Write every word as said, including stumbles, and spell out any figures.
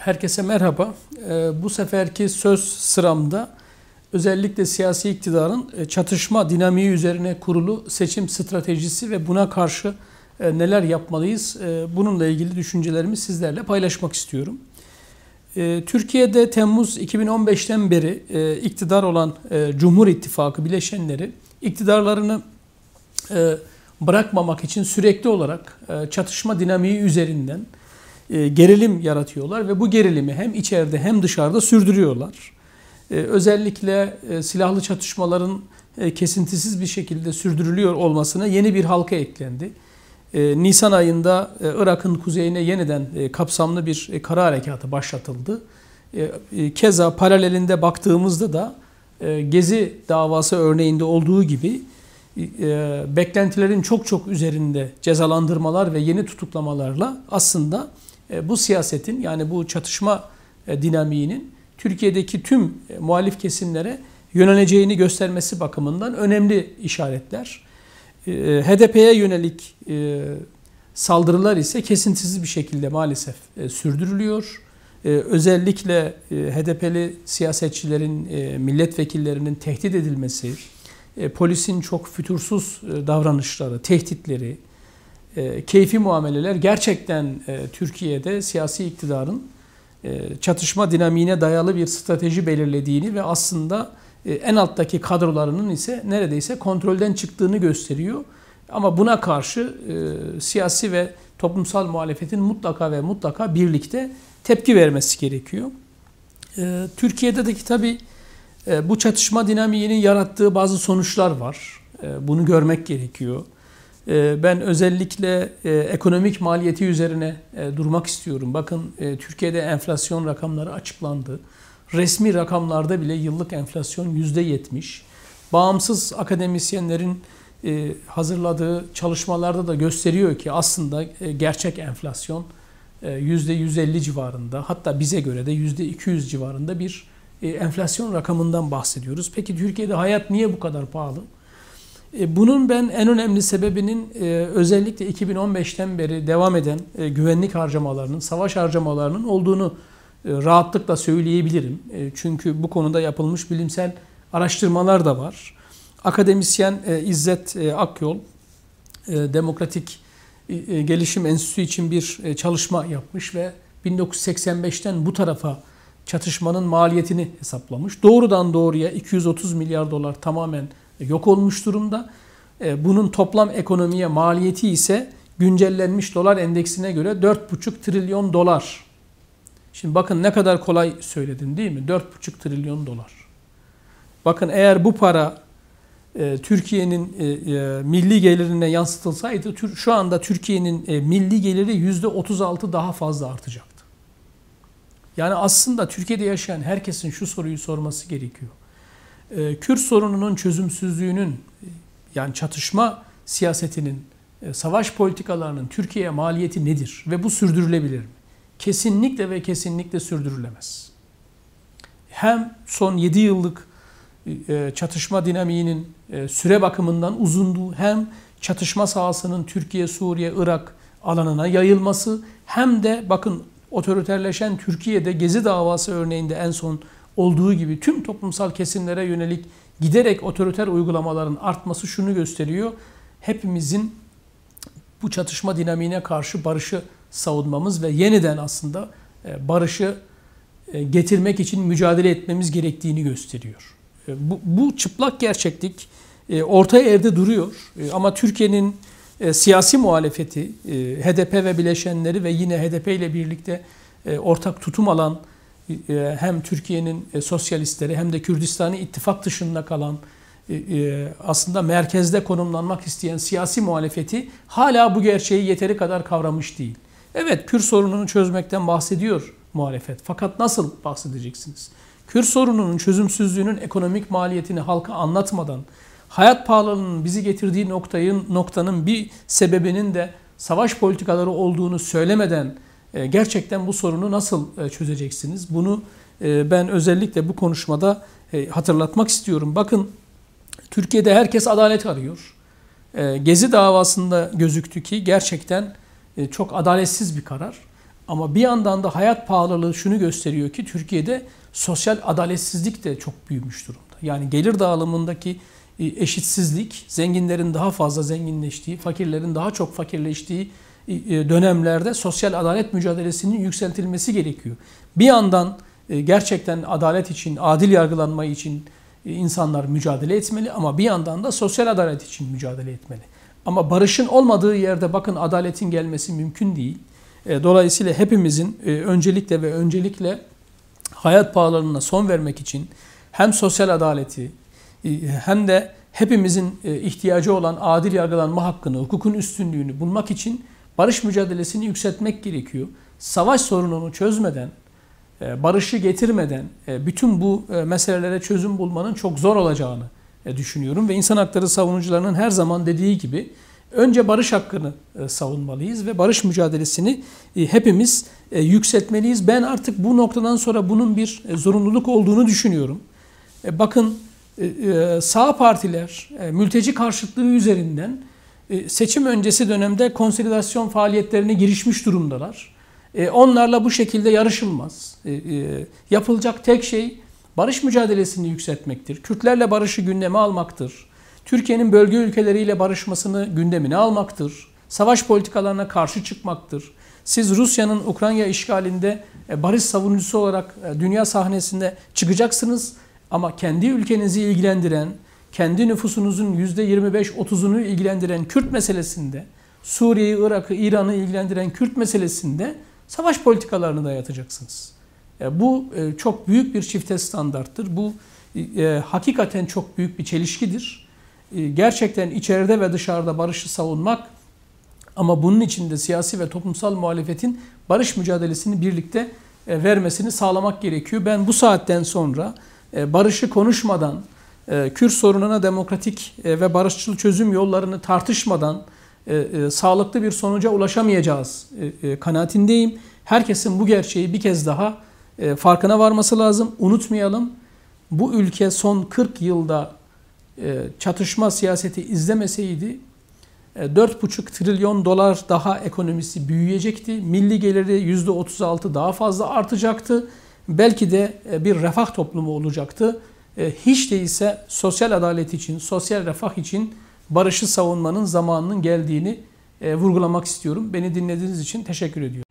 Herkese merhaba. Bu seferki söz sıramda özellikle siyasi iktidarın çatışma dinamiği üzerine kurulu seçim stratejisi ve buna karşı neler yapmalıyız, bununla ilgili düşüncelerimi sizlerle paylaşmak istiyorum. Türkiye'de Temmuz iki bin on beşten beri iktidar olan Cumhur İttifakı bileşenleri iktidarlarını bırakmamak için sürekli olarak çatışma dinamiği üzerinden gerilim yaratıyorlar ve bu gerilimi hem içeride hem dışarıda sürdürüyorlar. Özellikle silahlı çatışmaların kesintisiz bir şekilde sürdürülüyor olmasına yeni bir halka eklendi. Nisan ayında Irak'ın kuzeyine yeniden kapsamlı bir kara harekatı başlatıldı. Keza paralelinde baktığımızda da Gezi davası örneğinde olduğu gibi beklentilerin çok çok üzerinde cezalandırmalar ve yeni tutuklamalarla aslında bu siyasetin, yani bu çatışma dinamiğinin Türkiye'deki tüm muhalif kesimlere yöneleceğini göstermesi bakımından önemli işaretler. H D P'ye yönelik saldırılar ise kesintisiz bir şekilde maalesef sürdürülüyor. Özellikle H D P'li siyasetçilerin, milletvekillerinin tehdit edilmesi, polisin çok fütursuz davranışları, tehditleri, keyfi muameleler gerçekten Türkiye'de siyasi iktidarın çatışma dinamiğine dayalı bir strateji belirlediğini ve aslında en alttaki kadrolarının ise neredeyse kontrolden çıktığını gösteriyor. Ama buna karşı siyasi ve toplumsal muhalefetin mutlaka ve mutlaka birlikte tepki vermesi gerekiyor. Türkiye'deki tabii bu çatışma dinamiğinin yarattığı bazı sonuçlar var. Bunu görmek gerekiyor. Ben özellikle ekonomik maliyeti üzerine durmak istiyorum. Bakın, Türkiye'de enflasyon rakamları açıklandı. Resmi rakamlarda bile yıllık enflasyon yüzde yetmiş. Bağımsız akademisyenlerin hazırladığı çalışmalarda da gösteriyor ki aslında gerçek enflasyon yüzde yüz elli civarında, hatta bize göre de yüzde iki yüz civarında bir enflasyon rakamından bahsediyoruz. Peki Türkiye'de hayat niye bu kadar pahalı? Bunun ben en önemli sebebinin özellikle iki bin on beşten beri devam eden güvenlik harcamalarının, savaş harcamalarının olduğunu rahatlıkla söyleyebilirim. Çünkü bu konuda yapılmış bilimsel araştırmalar da var. Akademisyen İzzet Akyol, Demokratik Gelişim Enstitüsü için bir çalışma yapmış ve bin dokuz yüz seksen beşten bu tarafa çatışmanın maliyetini hesaplamış. Doğrudan doğruya iki yüz otuz milyar dolar tamamen yok olmuş durumda. Bunun toplam ekonomiye maliyeti ise güncellenmiş dolar endeksine göre dört buçuk trilyon dolar. Şimdi bakın ne kadar kolay söyledim değil mi? dört buçuk trilyon dolar. Bakın, eğer bu para Türkiye'nin milli gelirine yansıtılsaydı şu anda Türkiye'nin milli geliri yüzde otuz altı daha fazla artacaktı. Yani aslında Türkiye'de yaşayan herkesin şu soruyu sorması gerekiyor. Kürt sorununun çözümsüzlüğünün, yani çatışma siyasetinin, savaş politikalarının Türkiye'ye maliyeti nedir ve bu sürdürülebilir mi? Kesinlikle ve kesinlikle sürdürülemez. Hem son yedi yıllık çatışma dinamiğinin süre bakımından uzunluğu, hem çatışma sahasının Türkiye, Suriye, Irak alanına yayılması, hem de bakın otoriterleşen Türkiye'de Gezi davası örneğinde en son olduğu gibi tüm toplumsal kesimlere yönelik giderek otoriter uygulamaların artması şunu gösteriyor: hepimizin bu çatışma dinamiğine karşı barışı savunmamız ve yeniden aslında barışı getirmek için mücadele etmemiz gerektiğini gösteriyor. Bu, bu çıplak gerçeklik orta yerde duruyor. Ama Türkiye'nin siyasi muhalefeti, H D P ve bileşenleri ve yine H D P ile birlikte ortak tutum alan hem Türkiye'nin sosyalistleri hem de Kürdistan'ı ittifak dışında kalan, aslında merkezde konumlanmak isteyen siyasi muhalefeti hala bu gerçeği yeteri kadar kavramış değil. Evet, Kürt sorununu çözmekten bahsediyor muhalefet. Fakat nasıl bahsedeceksiniz? Kürt sorununun çözümsüzlüğünün ekonomik maliyetini halka anlatmadan, hayat pahalılığının bizi getirdiği noktayın, noktanın bir sebebinin de savaş politikaları olduğunu söylemeden gerçekten bu sorunu nasıl çözeceksiniz? Bunu ben özellikle bu konuşmada hatırlatmak istiyorum. Bakın, Türkiye'de herkes adalet arıyor. Gezi davasında gözüktü ki gerçekten çok adaletsiz bir karar. Ama bir yandan da hayat pahalılığı şunu gösteriyor ki Türkiye'de sosyal adaletsizlik de çok büyümüş durumda. Yani gelir dağılımındaki eşitsizlik, zenginlerin daha fazla zenginleştiği, fakirlerin daha çok fakirleştiği dönemlerde sosyal adalet mücadelesinin yükseltilmesi gerekiyor. Bir yandan gerçekten adalet için, adil yargılanma için insanlar mücadele etmeli ama bir yandan da sosyal adalet için mücadele etmeli. Ama barışın olmadığı yerde bakın adaletin gelmesi mümkün değil. Dolayısıyla hepimizin öncelikle ve öncelikle hayat pahalılığına son vermek için hem sosyal adaleti hem de hepimizin ihtiyacı olan adil yargılanma hakkını, hukukun üstünlüğünü bulmak için barış mücadelesini yükseltmek gerekiyor. Savaş sorununu çözmeden, barışı getirmeden bütün bu meselelere çözüm bulmanın çok zor olacağını düşünüyorum. Ve insan hakları savunucularının her zaman dediği gibi önce barış hakkını savunmalıyız ve barış mücadelesini hepimiz yükseltmeliyiz. Ben artık bu noktadan sonra bunun bir zorunluluk olduğunu düşünüyorum. Bakın sağ partiler mülteci karşıtlığı üzerinden seçim öncesi dönemde konsolidasyon faaliyetlerine girişmiş durumdalar. Onlarla bu şekilde yarışılmaz. Yapılacak tek şey barış mücadelesini yükseltmektir. Kürtlerle barışı gündeme almaktır. Türkiye'nin bölge ülkeleriyle barışmasını gündemine almaktır. Savaş politikalarına karşı çıkmaktır. Siz Rusya'nın Ukrayna işgalinde barış savunucusu olarak dünya sahnesinde çıkacaksınız. Ama kendi ülkenizi ilgilendiren, kendi nüfusunuzun yüzde yirmi beş otuzunu ilgilendiren Kürt meselesinde, Suriye'yi, Irak'ı, İran'ı ilgilendiren Kürt meselesinde savaş politikalarını dayatacaksınız. Bu çok büyük bir çifte standarttır. Bu hakikaten çok büyük bir çelişkidir. Gerçekten içeride ve dışarıda barışı savunmak ama bunun için de siyasi ve toplumsal muhalefetin barış mücadelesini birlikte vermesini sağlamak gerekiyor. Ben bu saatten sonra barışı konuşmadan, Kürt sorununa demokratik ve barışçıl çözüm yollarını tartışmadan sağlıklı bir sonuca ulaşamayacağız kanaatindeyim. Herkesin bu gerçeği bir kez daha farkına varması lazım. Unutmayalım, bu ülke son kırk yılda çatışma siyaseti izlemeseydi dört buçuk trilyon dolar daha ekonomisi büyüyecekti. Milli geliri yüzde otuz altı daha fazla artacaktı. Belki de bir refah toplumu olacaktı. Hiç değilse sosyal adalet için, sosyal refah için barışı savunmanın zamanının geldiğini vurgulamak istiyorum. Beni dinlediğiniz için teşekkür ediyorum.